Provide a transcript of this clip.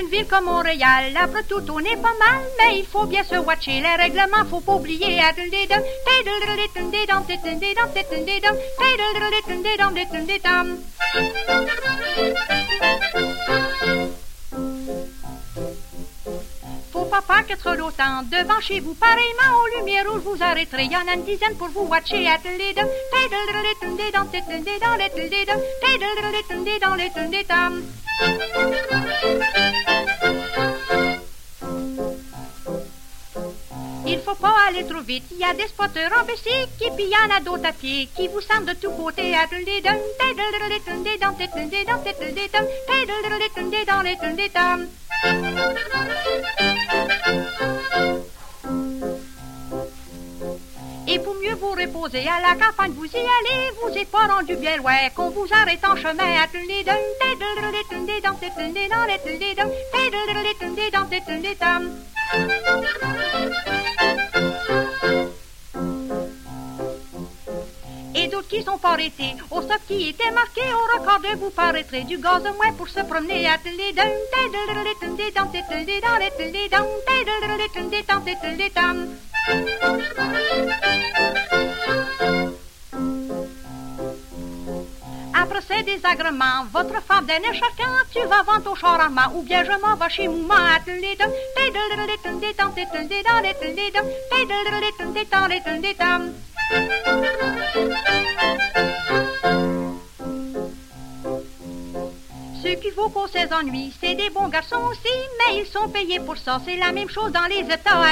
une ville comme Montréal, après tout on est pas mal, mais il faut bien se watcher les règlements, faut pas oublier. Faut pas faire qu'être l'autant devant chez vous, pareillement aux lumières rouges vous arrêterez. Y en a une dizaine pour vous watcher. Il faut pas aller trop vite, il y a des spotters en bicycle, et puis il y en a d'autres à pied qui vous semblent de tous côtés. Et pour mieux vous reposer à la campagne, vous y allez, vous êtes pas rendu bien loin, qu'on vous arrête en chemin. Et d'autres qui sont pas arrêtés, au stop qui était marqué, au record de vous paraîtrez du gaz de moins pour se promener à Après ces désagréments, votre femme d'un chacun, tu vas vendre au charmant, ou bien je m'en vais chez maman. Ce qu'il faut pour ces ennuis, c'est des bons garçons aussi, mais ils sont payés pour ça, c'est la même chose dans les États.